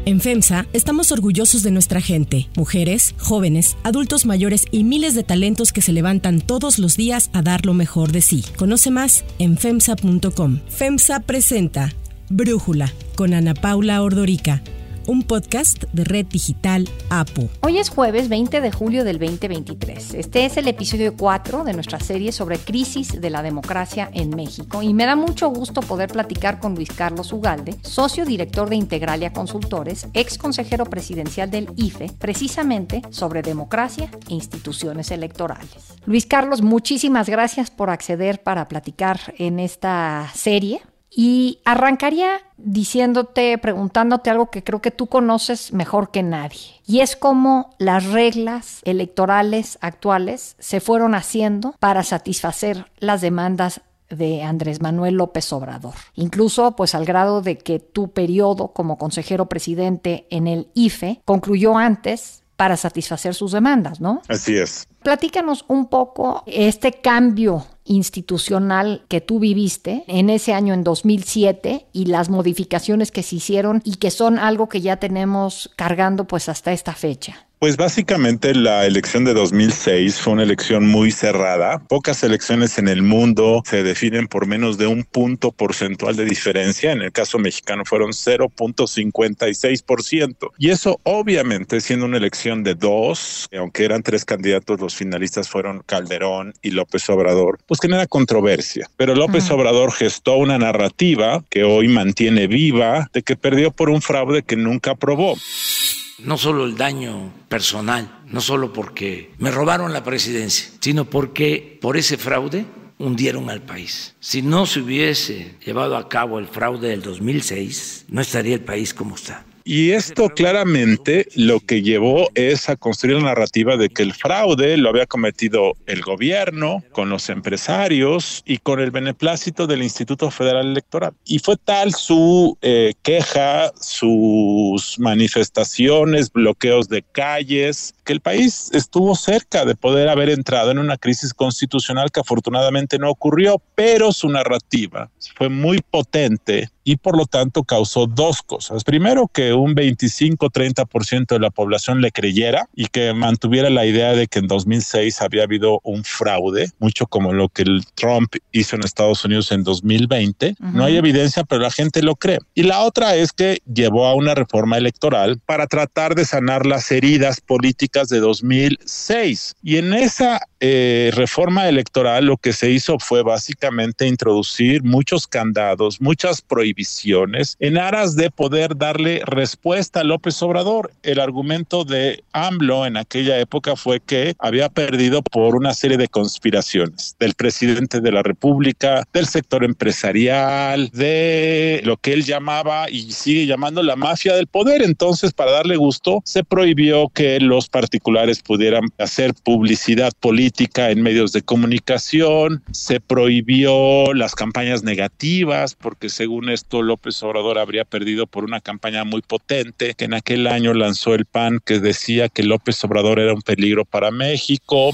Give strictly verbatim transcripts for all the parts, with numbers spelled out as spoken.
En FEMSA estamos orgullosos de nuestra gente, mujeres, jóvenes, adultos mayores y miles de talentos que se levantan todos los días a dar lo mejor de sí. Conoce más en femsa punto com. FEMSA presenta Brújula con Ana Paula Ordorica, un podcast de Red Digital APO. Hoy es jueves veinte de julio del veinte veintitrés. Este es el episodio cuatro de nuestra serie sobre crisis de la democracia en México y me da mucho gusto poder platicar con Luis Carlos Ugalde, socio director de Integralia Consultores, ex consejero presidencial del I F E, precisamente sobre democracia e instituciones electorales. Luis Carlos, muchísimas gracias por acceder para platicar en esta serie. Y arrancaría diciéndote, preguntándote algo que creo que tú conoces mejor que nadie. Y es cómo las reglas electorales actuales se fueron haciendo para satisfacer las demandas de Andrés Manuel López Obrador. Incluso pues al grado de que tu periodo como consejero presidente en el I F E concluyó antes para satisfacer sus demandas, ¿no? Así es. Platícanos un poco este cambio institucional que tú viviste en ese año, en dos mil siete, y las modificaciones que se hicieron y que son algo que ya tenemos cargando pues hasta esta fecha. Pues básicamente la elección de dos mil seis fue una elección muy cerrada. Pocas elecciones en el mundo se definen por menos de un punto porcentual de diferencia. En el caso mexicano fueron cero punto cincuenta y seis por ciento. Y eso obviamente, siendo una elección de dos, aunque eran tres candidatos, los finalistas fueron Calderón y López Obrador, pues genera controversia. Pero López uh-huh. Obrador gestó una narrativa que hoy mantiene viva de que perdió por un fraude que nunca aprobó. No solo el daño personal, no solo porque me robaron la presidencia, sino porque por ese fraude hundieron al país. Si no se hubiese llevado a cabo el fraude del dos mil seis, no estaría el país como está. Y esto claramente lo que llevó es a construir la narrativa de que el fraude lo había cometido el gobierno con los empresarios y con el beneplácito del Instituto Federal Electoral. Y fue tal su eh, queja, sus manifestaciones, bloqueos de calles, que el país estuvo cerca de poder haber entrado en una crisis constitucional que afortunadamente no ocurrió, pero su narrativa fue muy potente y por lo tanto causó dos cosas. Primero, que un veinticinco a treinta por ciento de la población le creyera y que mantuviera la idea de que en dos mil seis había habido un fraude, mucho como lo que el Trump hizo en Estados Unidos en dos mil veinte. Uh-huh. No hay evidencia, pero la gente lo cree. Y la otra es que llevó a una reforma electoral para tratar de sanar las heridas políticas de dos mil seis. Y en esa eh, reforma electoral lo que se hizo fue básicamente introducir muchos candados, muchas prohibiciones en aras de poder darle respuesta a López Obrador. El argumento de AMLO en aquella época fue que había perdido por una serie de conspiraciones del presidente de la República, del sector empresarial, de lo que él llamaba y sigue llamando la mafia del poder. Entonces, para darle gusto, se prohibió que los particulares pudieran hacer publicidad política en medios de comunicación, se prohibió las campañas negativas, porque según esto López Obrador habría perdido por una campaña muy potente que en aquel año lanzó el P A N, que decía que López Obrador era un peligro para México.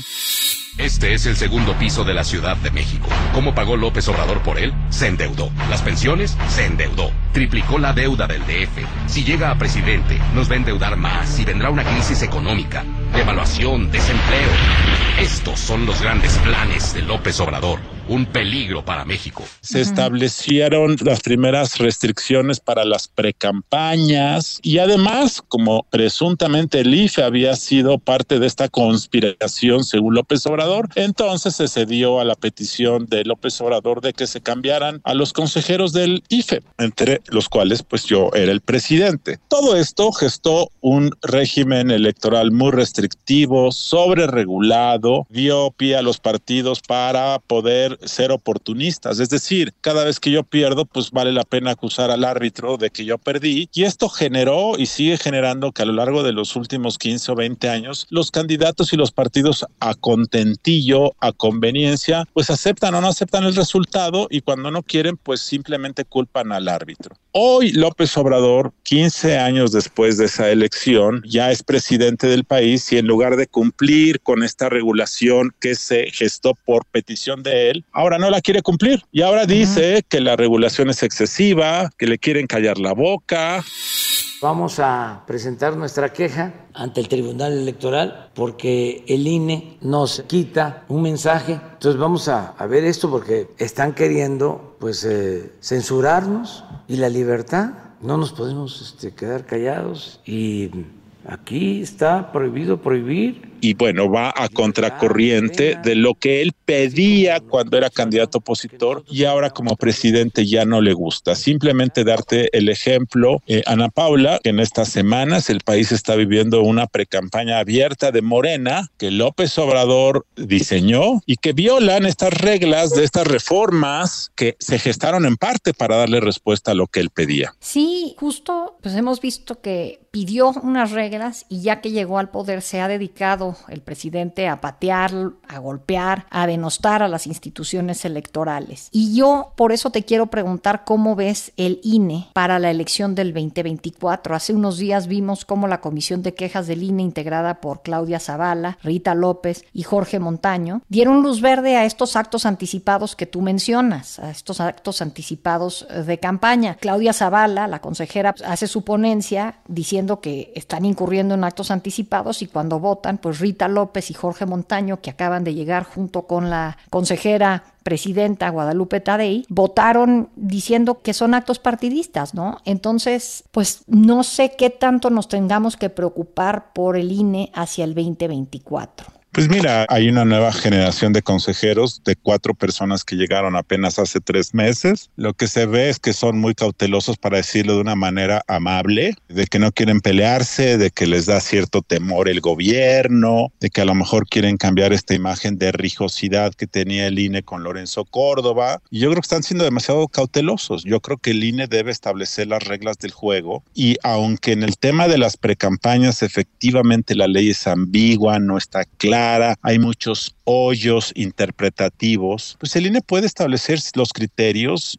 Este es el segundo piso de la Ciudad de México. ¿Cómo pagó López Obrador por él? Se endeudó. ¿Las pensiones? Se endeudó. Triplicó la deuda del D F. Si llega a presidente, nos va a endeudar más y vendrá una crisis económica, devaluación, desempleo. Estos son los grandes planes de López Obrador. Un peligro para México. Se establecieron las primeras restricciones para las precampañas y además, como presuntamente el I F E había sido parte de esta conspiración según López Obrador, entonces se cedió a la petición de López Obrador de que se cambiaran a los consejeros del I F E, entre los cuales pues yo era el presidente. Todo esto gestó un régimen electoral muy restrictivo, sobreregulado, dio pie a los partidos para poder ser oportunistas, es decir, cada vez que yo pierdo, pues vale la pena acusar al árbitro de que yo perdí, y esto generó y sigue generando que a lo largo de los últimos quince o veinte años, los candidatos y los partidos a contentillo, a conveniencia, pues aceptan o no aceptan el resultado, y cuando no quieren, pues simplemente culpan al árbitro. Hoy López Obrador, quince años después de esa elección, ya es presidente del país, y en lugar de cumplir con esta regulación que se gestó por petición de él, ahora no la quiere cumplir y ahora dice uh-huh. que la regulación es excesiva, que le quieren callar la boca. Vamos a presentar nuestra queja ante el Tribunal Electoral porque el I N E nos quita un mensaje. Entonces vamos a, a ver esto porque están queriendo pues eh, censurarnos y la libertad. No nos podemos este, quedar callados y aquí está prohibido prohibir. Y bueno, va a contracorriente de lo que él pedía cuando era candidato opositor y ahora como presidente ya no le gusta. Simplemente darte el ejemplo, eh, Ana Paula, que en estas semanas el país está viviendo una precampaña abierta de Morena que López Obrador diseñó y que violan estas reglas de estas reformas que se gestaron en parte para darle respuesta a lo que él pedía. Sí, justo, pues hemos visto que pidió unas reglas y ya que llegó al poder se ha dedicado el presidente a patear, a golpear, a denostar a las instituciones electorales. Y yo por eso te quiero preguntar cómo ves el I N E para la elección del veinte veinticuatro. Hace unos días vimos cómo la Comisión de Quejas del I N E, integrada por Claudia Zavala, Rita López y Jorge Montaño, dieron luz verde a estos actos anticipados que tú mencionas, a estos actos anticipados de campaña. Claudia Zavala, la consejera, hace su ponencia diciendo que están incurriendo en actos anticipados y cuando votan, pues Rita López y Jorge Montaño, que acaban de llegar junto con la consejera presidenta Guadalupe Tadei, votaron diciendo que son actos partidistas, ¿no? Entonces, pues no sé qué tanto nos tengamos que preocupar por el I N E hacia el veinte veinticuatro. Pues mira, hay una nueva generación de consejeros de cuatro personas que llegaron apenas hace tres meses. Lo que se ve es que son muy cautelosos, para decirlo de una manera amable, de que no quieren pelearse, de que les da cierto temor el gobierno, de que a lo mejor quieren cambiar esta imagen de rijosidad que tenía el I N E con Lorenzo Córdoba. Y yo creo que están siendo demasiado cautelosos. Yo creo que el I N E debe establecer las reglas del juego y aunque en el tema de las precampañas efectivamente la ley es ambigua, no está clara, hay muchos hoyos interpretativos, pues el I N E puede establecer los criterios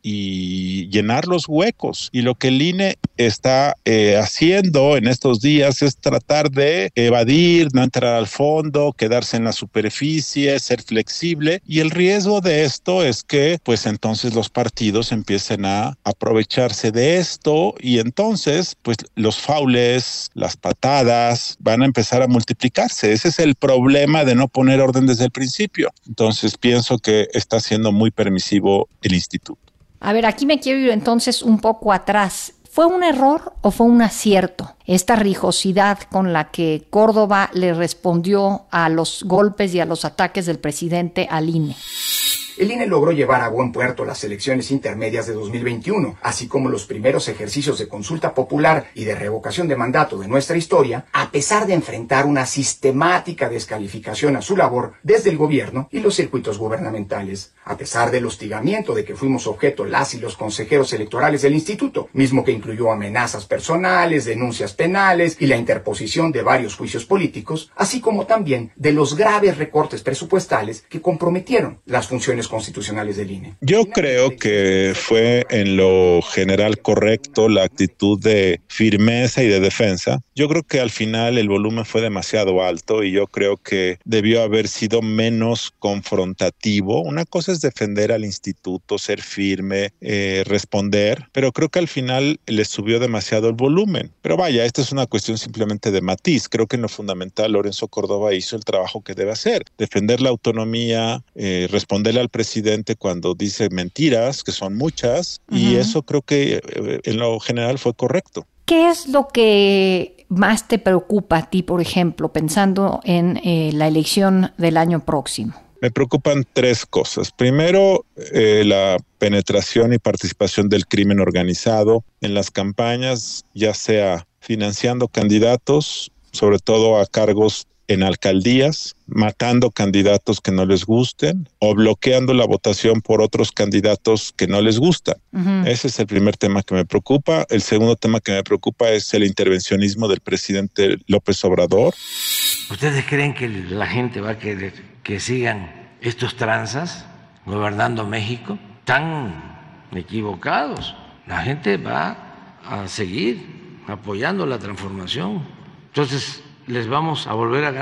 y llenar los huecos. Y lo que el I N E está eh, haciendo en estos días es tratar de evadir, no entrar al fondo, quedarse en la superficie, ser flexible. Y el riesgo de esto es que pues entonces los partidos empiecen a aprovecharse de esto y entonces pues los faules, las patadas van a empezar a multiplicarse. Ese es el problema de no poner orden desde el principio. Entonces pienso que está siendo muy permisivo el instituto. A ver, aquí me quiero ir entonces un poco atrás. ¿Fue un error o fue un acierto esta rijosidad con la que Córdoba le respondió a los golpes y a los ataques del presidente al I N E? El I N E logró llevar a buen puerto las elecciones intermedias de dos mil veintiuno, así como los primeros ejercicios de consulta popular y de revocación de mandato de nuestra historia, a pesar de enfrentar una sistemática descalificación a su labor desde el gobierno y los circuitos gubernamentales, a pesar del hostigamiento de que fuimos objeto las y los consejeros electorales del instituto, mismo que incluyó amenazas personales, denuncias penales y la interposición de varios juicios políticos, así como también de los graves recortes presupuestales que comprometieron las funciones constitucionales del I N E. Yo creo que fue en lo general correcto la actitud de firmeza y de defensa. Yo creo que al final el volumen fue demasiado alto y yo creo que debió haber sido menos confrontativo. Una cosa es defender al instituto, ser firme, eh, responder, pero creo que al final le subió demasiado el volumen. Pero vaya, esta es una cuestión simplemente de matiz. Creo que en lo fundamental Lorenzo Córdoba hizo el trabajo que debe hacer, defender la autonomía, eh, responderle al presidente cuando dice mentiras, que son muchas, uh-huh. y eso creo que eh, en lo general fue correcto. ¿Qué es lo que más te preocupa a ti, por ejemplo, pensando en eh, la elección del año próximo? Me preocupan tres cosas. Primero, eh, la penetración y participación del crimen organizado en las campañas, ya sea financiando candidatos, sobre todo a cargos en alcaldías, matando candidatos que no les gusten o bloqueando la votación por otros candidatos que no les gustan. Uh-huh. Ese es el primer tema que me preocupa. El segundo tema que me preocupa es el intervencionismo del presidente López Obrador. ¿Ustedes creen que la gente va a querer que sigan estos tranzas gobernando México? Están equivocados. La gente va a seguir apoyando la transformación. Entonces, les vamos a volver a ganar.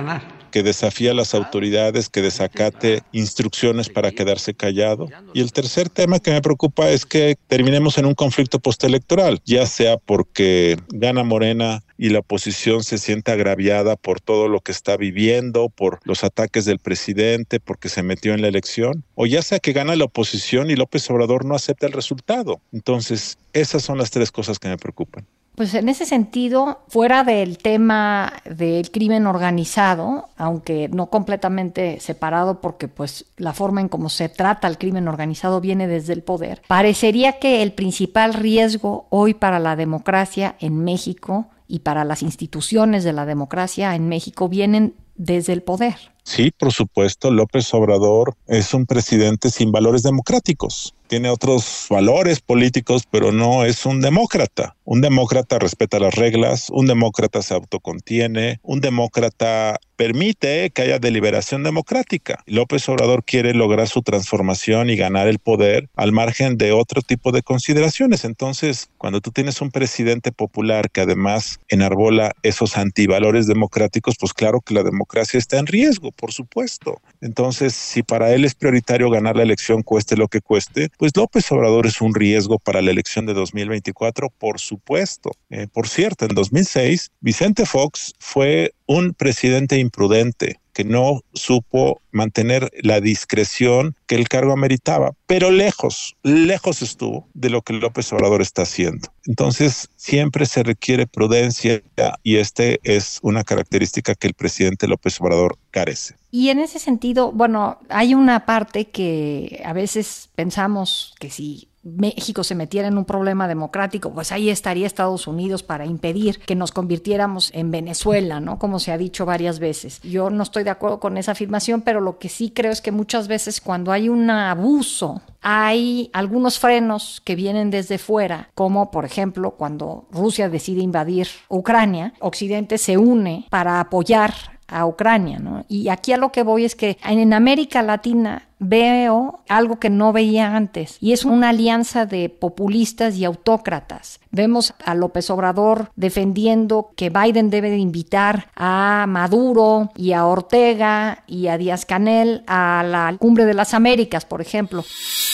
que desafíe a las autoridades, que desacate instrucciones para quedarse callado. Y el tercer tema que me preocupa es que terminemos en un conflicto postelectoral, ya sea porque gana Morena y la oposición se siente agraviada por todo lo que está viviendo, por los ataques del presidente, porque se metió en la elección, o ya sea que gana la oposición y López Obrador no acepta el resultado. Entonces, esas son las tres cosas que me preocupan. Pues en ese sentido, fuera del tema del crimen organizado, aunque no completamente separado porque pues la forma en cómo se trata el crimen organizado viene desde el poder, parecería que el principal riesgo hoy para la democracia en México y para las instituciones de la democracia en México vienen desde el poder. Sí, por supuesto, López Obrador es un presidente sin valores democráticos. Tiene otros valores políticos, pero no es un demócrata. Un demócrata respeta las reglas, un demócrata se autocontiene, un demócrata permite que haya deliberación democrática. López Obrador quiere lograr su transformación y ganar el poder al margen de otro tipo de consideraciones. Entonces, cuando tú tienes un presidente popular que además enarbola esos antivalores democráticos, pues claro que la democracia está en riesgo, por supuesto. Entonces, si para él es prioritario ganar la elección, cueste lo que cueste, pues López Obrador es un riesgo para la elección de dos mil veinticuatro, por supuesto. Eh, por cierto, en dos mil seis, Vicente Fox fue un presidente imprudente que no supo mantener la discreción que el cargo ameritaba, pero lejos, lejos estuvo de lo que López Obrador está haciendo. Entonces, siempre se requiere prudencia y este es una característica que el presidente López Obrador carece. Y en ese sentido, bueno, hay una parte que a veces pensamos que si México se metiera en un problema democrático, pues ahí estaría Estados Unidos para impedir que nos convirtiéramos en Venezuela, ¿no? Como se ha dicho varias veces. Yo no estoy de acuerdo con esa afirmación, pero lo que sí creo es que muchas veces cuando hay un abuso, hay algunos frenos que vienen desde fuera, como por ejemplo cuando Rusia decide invadir Ucrania, Occidente se une para apoyar a Ucrania, ¿no? Y aquí a lo que voy es que en América Latina veo algo que no veía antes, y es una alianza de populistas y autócratas. Vemos a López Obrador defendiendo que Biden debe de invitar a Maduro y a Ortega y a Díaz-Canel a la Cumbre de las Américas, por ejemplo.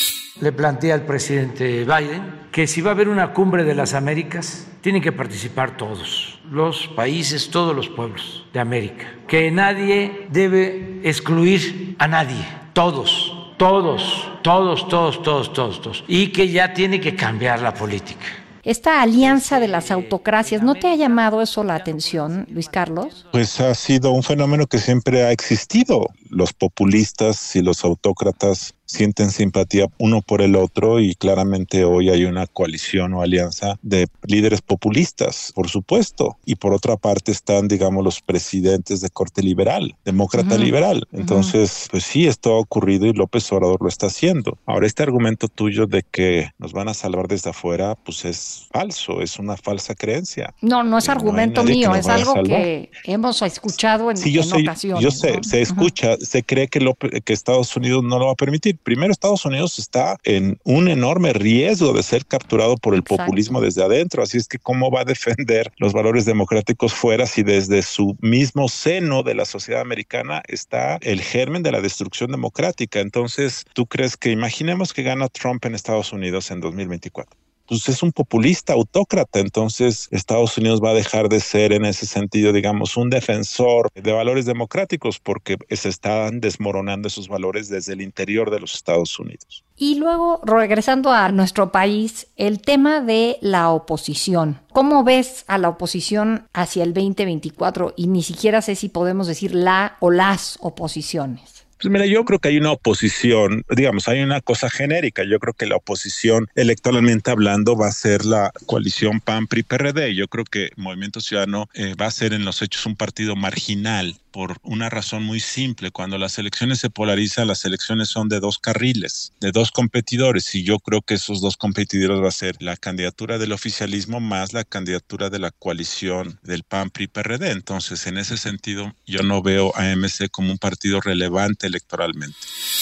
Le plantea al presidente Biden que si va a haber una Cumbre de las Américas, tienen que participar todos los países, todos los pueblos de América, que nadie debe excluir a nadie, todos, todos, todos, todos, todos, todos, todos, y que ya tiene que cambiar la política. Esta alianza de las autocracias, ¿no te ha llamado eso la atención, Luis Carlos? Pues ha sido un fenómeno que siempre ha existido. Los populistas y los autócratas sienten simpatía uno por el otro y claramente hoy hay una coalición o alianza de líderes populistas, por supuesto. Y por otra parte están, digamos, los presidentes de corte liberal, demócrata uh-huh. liberal. Entonces, uh-huh. pues sí, esto ha ocurrido y López Obrador lo está haciendo. Ahora, este argumento tuyo de que nos van a salvar desde afuera, pues es falso, es una falsa creencia. No, no es eh, argumento no mío, es algo que hemos escuchado en, sí, yo en sé, ocasiones. Yo sé, ¿no? se escucha, uh-huh. se cree que, López, que Estados Unidos no lo va a permitir. Primero, Estados Unidos está en un enorme riesgo de ser capturado por el Exacto. populismo desde adentro, así es que ¿cómo va a defender los valores democráticos fuera si desde su mismo seno de la sociedad americana está el germen de la destrucción democrática? Entonces, ¿tú crees que imaginemos que gana Trump en Estados Unidos en dos mil veinticuatro? Pues es un populista autócrata, entonces Estados Unidos va a dejar de ser en ese sentido, digamos, un defensor de valores democráticos porque se están desmoronando esos valores desde el interior de los Estados Unidos. Y luego, regresando a nuestro país, el tema de la oposición. ¿Cómo ves a la oposición hacia el veinte veinticuatro? Y ni siquiera sé si podemos decir la o las oposiciones. Pues mira, yo creo que hay una oposición, digamos, hay una cosa genérica. Yo creo que la oposición electoralmente hablando va a ser la coalición P A N, P R I, P R D. Yo creo que Movimiento Ciudadano eh, va a ser en los hechos un partido marginal por una razón muy simple. Cuando las elecciones se polarizan, las elecciones son de dos carriles, de dos competidores, y yo creo que esos dos competidores va a ser la candidatura del oficialismo más la candidatura de la coalición del P A N, P R I, P R D. Entonces, en ese sentido, yo no veo a M C como un partido relevante electoralmente.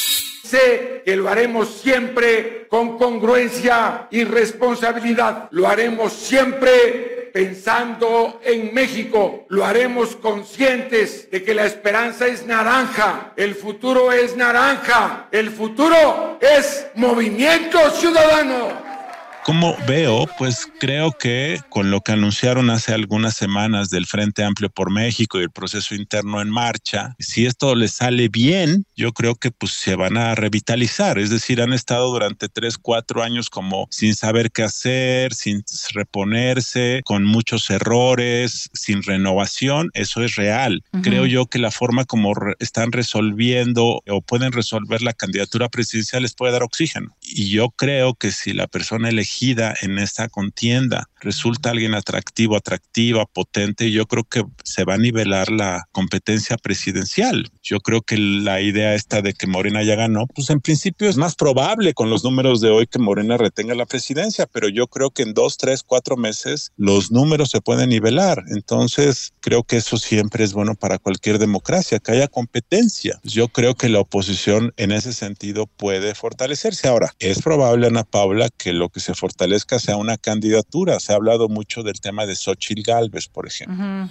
Sé que lo haremos siempre con congruencia y responsabilidad. Lo haremos siempre pensando en México. Lo haremos conscientes de que la esperanza es naranja, el futuro es naranja, el futuro es Movimiento Ciudadano. Como veo, pues creo que con lo que anunciaron hace algunas semanas del Frente Amplio por México y el proceso interno en marcha, si esto les sale bien, yo creo que pues se van a revitalizar. Es decir, han estado durante tres, cuatro años como sin saber qué hacer, sin reponerse, con muchos errores, sin renovación. Eso es real. Uh-huh. Creo yo que la forma como re- están resolviendo o pueden resolver la candidatura presidencial les puede dar oxígeno. Y yo creo que si la persona elegida en esta contienda resulta alguien atractivo, atractiva, potente, yo creo que se va a nivelar la competencia presidencial. Yo creo que la idea esta de que Morena ya ganó, pues en principio es más probable con los números de hoy que Morena retenga la presidencia, pero yo creo que en dos, tres, cuatro meses los números se pueden nivelar. Entonces creo que eso siempre es bueno para cualquier democracia, que haya competencia. Yo creo que la oposición en ese sentido puede fortalecerse. Ahora, es probable, Ana Paula, que lo que se fortalezca sea una candidatura. Se ha hablado mucho del tema de Xóchitl Gálvez, por ejemplo. Uh-huh.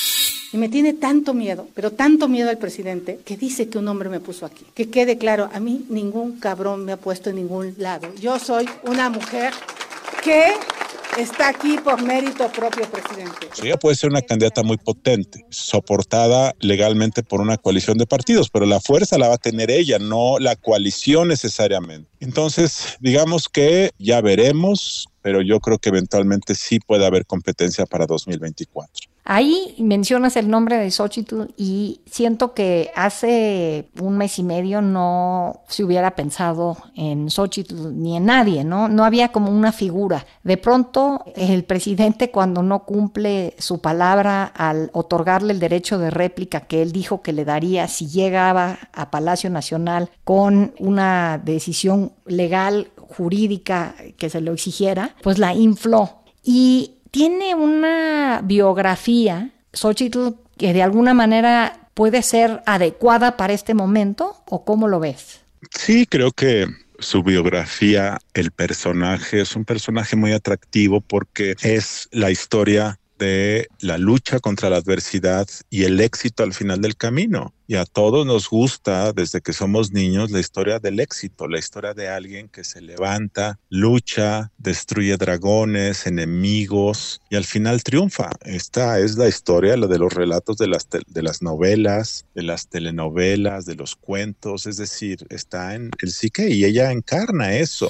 Y me tiene tanto miedo, pero tanto miedo al presidente, que dice que un hombre me puso aquí. Que quede claro, a mí ningún cabrón me ha puesto en ningún lado. Yo soy una mujer que está aquí por mérito propio, presidente. Ella puede ser una candidata muy potente, soportada legalmente por una coalición de partidos, pero la fuerza la va a tener ella, no la coalición necesariamente. Entonces, digamos que ya veremos, pero yo creo que eventualmente sí puede haber competencia para dos mil veinticuatro. Ahí mencionas el nombre de Xóchitl y siento que hace un mes y medio no se hubiera pensado en Xóchitl ni en nadie, ¿no? No había como una figura. De pronto, el presidente, cuando no cumple su palabra al otorgarle el derecho de réplica que él dijo que le daría si llegaba a Palacio Nacional con una decisión legal, jurídica que se lo exigiera, pues la infló. Y tiene una biografía, Xóchitl, que de alguna manera puede ser adecuada para este momento, ¿o cómo lo ves? Sí, creo que su biografía, el personaje, es un personaje muy atractivo porque es la historia de la lucha contra la adversidad y el éxito al final del camino. Y a todos nos gusta, desde que somos niños, la historia del éxito, la historia de alguien que se levanta, lucha, destruye dragones, enemigos y al final triunfa. Esta es la historia, la de los relatos de las, te- de las novelas, de las telenovelas, de los cuentos, es decir, está en el psique y ella encarna eso.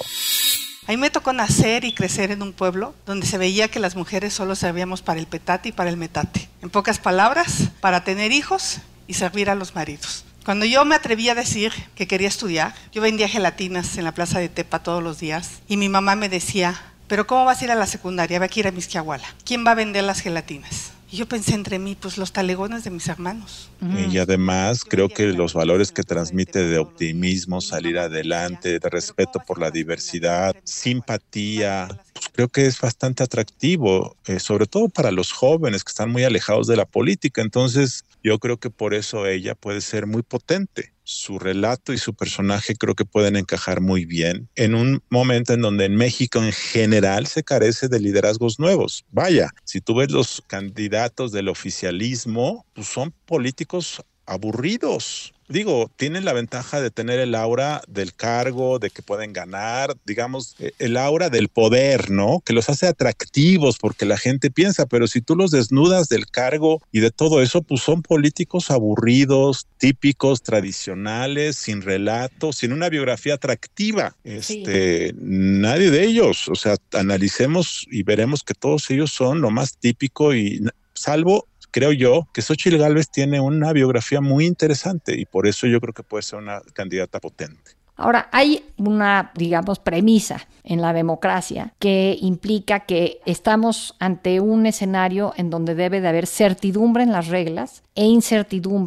A mí me tocó nacer y crecer en un pueblo donde se veía que las mujeres solo servíamos para el petate y para el metate. En pocas palabras, para tener hijos y servir a los maridos. Cuando yo me atreví a decir que quería estudiar, yo vendía gelatinas en la plaza de Tepa todos los días y mi mamá me decía, pero ¿cómo vas a ir a la secundaria? Va a ir a Mixquiahuala. ¿Quién va a vender las gelatinas? Y yo pensé entre mí, pues los talegones de mis hermanos. Y además creo que los valores que transmite de optimismo, salir adelante, de respeto por la diversidad, simpatía, pues creo que es bastante atractivo, eh, sobre todo para los jóvenes que están muy alejados de la política. Entonces yo creo que por eso ella puede ser muy potente. Su relato y su personaje creo que pueden encajar muy bien en un momento en donde en México en general se carece de liderazgos nuevos. Vaya, si tú ves los candidatos del oficialismo, pues son políticos aburridos. Digo, tienen la ventaja de tener el aura del cargo, de que pueden ganar, digamos, el aura del poder, ¿no? Que los hace atractivos porque la gente piensa, pero si tú los desnudas del cargo y de todo eso, pues son políticos aburridos, típicos, tradicionales, sin relato, sin una biografía atractiva. Este, sí. Nadie de ellos, o sea, analicemos y veremos que todos ellos son lo más típico y salvo... Creo yo que Xóchitl Gálvez tiene una biografía muy interesante y por eso yo creo que puede ser una candidata potente. Ahora, hay una, digamos, premisa en la democracia que implica que estamos ante un escenario en donde debe de haber certidumbre en las reglas e incertidumbre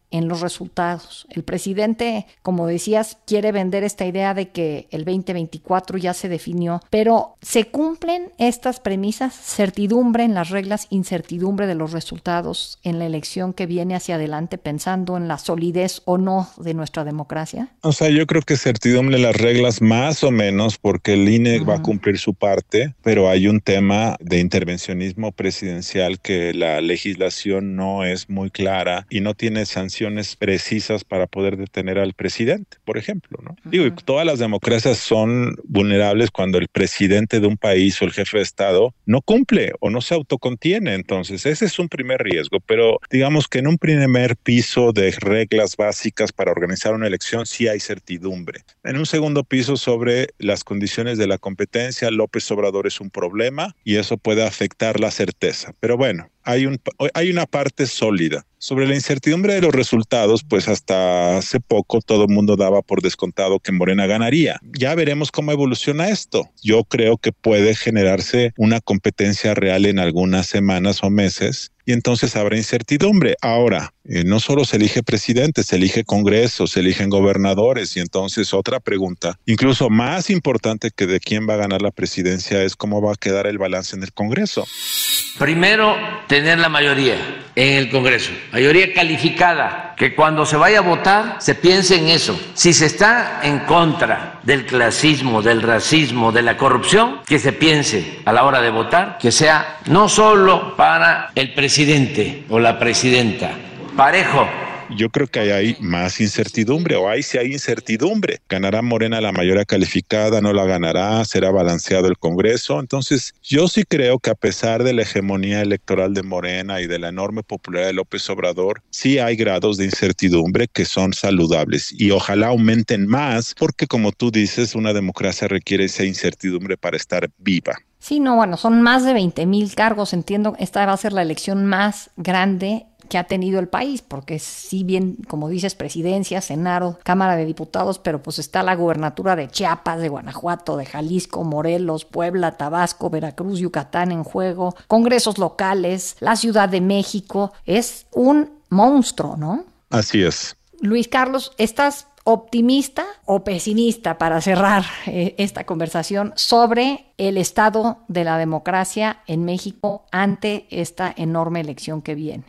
en los resultados. El presidente, como decías, quiere vender esta idea de que el veinte veinticuatro ya se definió, pero ¿se cumplen estas premisas? Certidumbre en las reglas, incertidumbre de los resultados en la elección que viene hacia adelante, pensando en la solidez o no de nuestra democracia. O sea, yo creo que certidumbre en las reglas más o menos, porque el I N E uh-huh. va a cumplir su parte, pero hay un tema de intervencionismo presidencial que la legislación no es muy clara y no tiene sanciones precisas para poder detener al presidente, por ejemplo, ¿no? Uh-huh. Digo, y todas las democracias son vulnerables cuando el presidente de un país o el jefe de Estado no cumple o no se autocontiene. Entonces, ese es un primer riesgo, pero digamos que en un primer piso de reglas básicas para organizar una elección sí hay certidumbre. En un segundo piso sobre las condiciones de la competencia, López Obrador es un problema y eso puede afectar la certeza. Pero bueno, hay, un, hay una parte sólida. Sobre la incertidumbre de los resultados, pues hasta hace poco todo el mundo daba por descontado que Morena ganaría. Ya veremos cómo evoluciona esto. Yo creo que puede generarse una competencia real en algunas semanas o meses y entonces habrá incertidumbre. Ahora, eh, no solo se elige presidente, se elige Congreso, se eligen gobernadores y entonces otra pregunta, incluso más importante que de quién va a ganar la presidencia es cómo va a quedar el balance en el Congreso. Primero, tener la mayoría en el Congreso, mayoría calificada, que cuando se vaya a votar se piense en eso. Si se está en contra del clasismo, del racismo, de la corrupción, que se piense a la hora de votar, que sea no solo para el presidente o la presidenta, parejo. Yo creo que hay más incertidumbre, o hay si hay incertidumbre. ¿Ganará Morena la mayoría calificada? ¿No la ganará? ¿Será balanceado el Congreso? Entonces, yo sí creo que a pesar de la hegemonía electoral de Morena y de la enorme popularidad de López Obrador, sí hay grados de incertidumbre que son saludables y ojalá aumenten más, porque como tú dices, una democracia requiere esa incertidumbre para estar viva. Sí, no, bueno, son más de veinte mil cargos. Entiendo que esta va a ser la elección más grande que ha tenido el país, porque si bien, como dices, presidencia, Senado, Cámara de Diputados, pero pues está la gubernatura de Chiapas, de Guanajuato, de Jalisco, Morelos, Puebla, Tabasco, Veracruz, Yucatán en juego, congresos locales, la Ciudad de México. Es un monstruo, ¿no? Así es. Luis Carlos, ¿estás optimista o pesimista para cerrar eh, esta conversación sobre el estado de la democracia en México ante esta enorme elección que viene?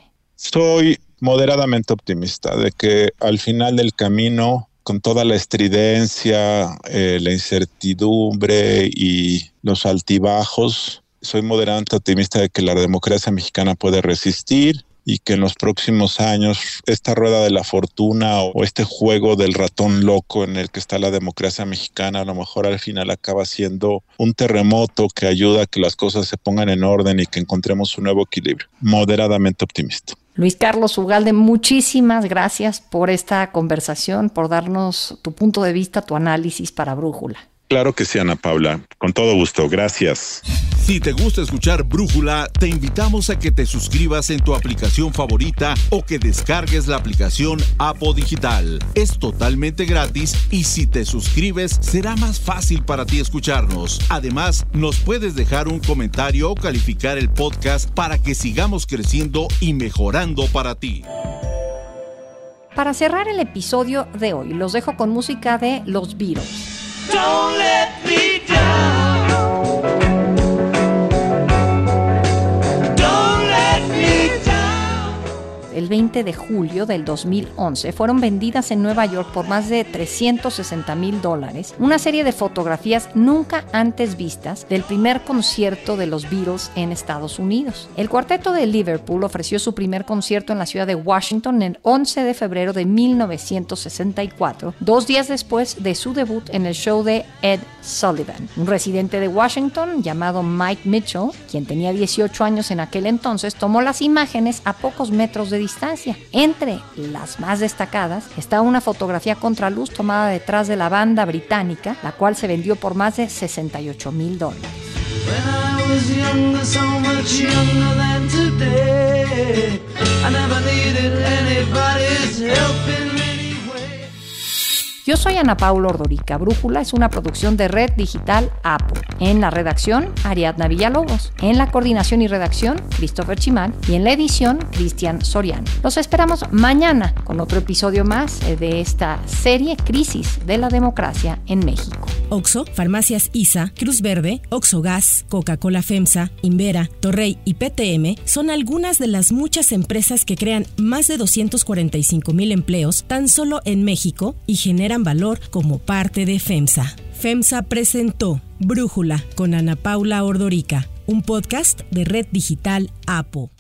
Soy moderadamente optimista de que al final del camino, con toda la estridencia, eh, la incertidumbre y los altibajos, soy moderadamente optimista de que la democracia mexicana puede resistir y que en los próximos años esta rueda de la fortuna o este juego del ratón loco en el que está la democracia mexicana a lo mejor al final acaba siendo un terremoto que ayuda a que las cosas se pongan en orden y que encontremos un nuevo equilibrio. Moderadamente optimista. Luis Carlos Ugalde, muchísimas gracias por esta conversación, por darnos tu punto de vista, tu análisis para Brújula. Claro que sí, Ana Paula. Con todo gusto. Gracias. Si te gusta escuchar Brújula, te invitamos a que te suscribas en tu aplicación favorita o que descargues la aplicación Apo Digital. Es totalmente gratis y si te suscribes será más fácil para ti escucharnos. Además, nos puedes dejar un comentario o calificar el podcast para que sigamos creciendo y mejorando para ti. Para cerrar el episodio de hoy, los dejo con música de Los Beatles. Don't let me down. Don't let me down. El veinte de julio del dos mil once fueron vendidas en Nueva York por más de trescientos sesenta mil dólares una serie de fotografías nunca antes vistas del primer concierto de los Beatles en Estados Unidos. El cuarteto de Liverpool ofreció su primer concierto en la ciudad de Washington el once de febrero de mil novecientos sesenta y cuatro, dos días después de su debut en el show de Ed Sullivan. Un residente de Washington llamado Mike Mitchell, quien tenía dieciocho años en aquel entonces, tomó las imágenes a pocos metros de distancia. Entre las más destacadas está una fotografía contraluz tomada detrás de la banda británica, la cual se vendió por más de sesenta y ocho mil dólares. Yo soy Ana Paula Ordorica. Brújula es una producción de Red Digital APO. En la redacción, Ariadna Villalobos. En la coordinación y redacción, Christopher Chimal. Y en la edición, Cristian Soriano. Los esperamos mañana con otro episodio más de esta serie Crisis de la Democracia en México. Oxxo, Farmacias I S A, Cruz Verde, Oxxo Gas, Coca-Cola FEMSA, Invera, Torrey y P T M son algunas de las muchas empresas que crean más de doscientos cuarenta y cinco mil empleos tan solo en México y generan valor como parte de FEMSA. FEMSA presentó Brújula con Ana Paula Ordorica, un podcast de Red Digital APO.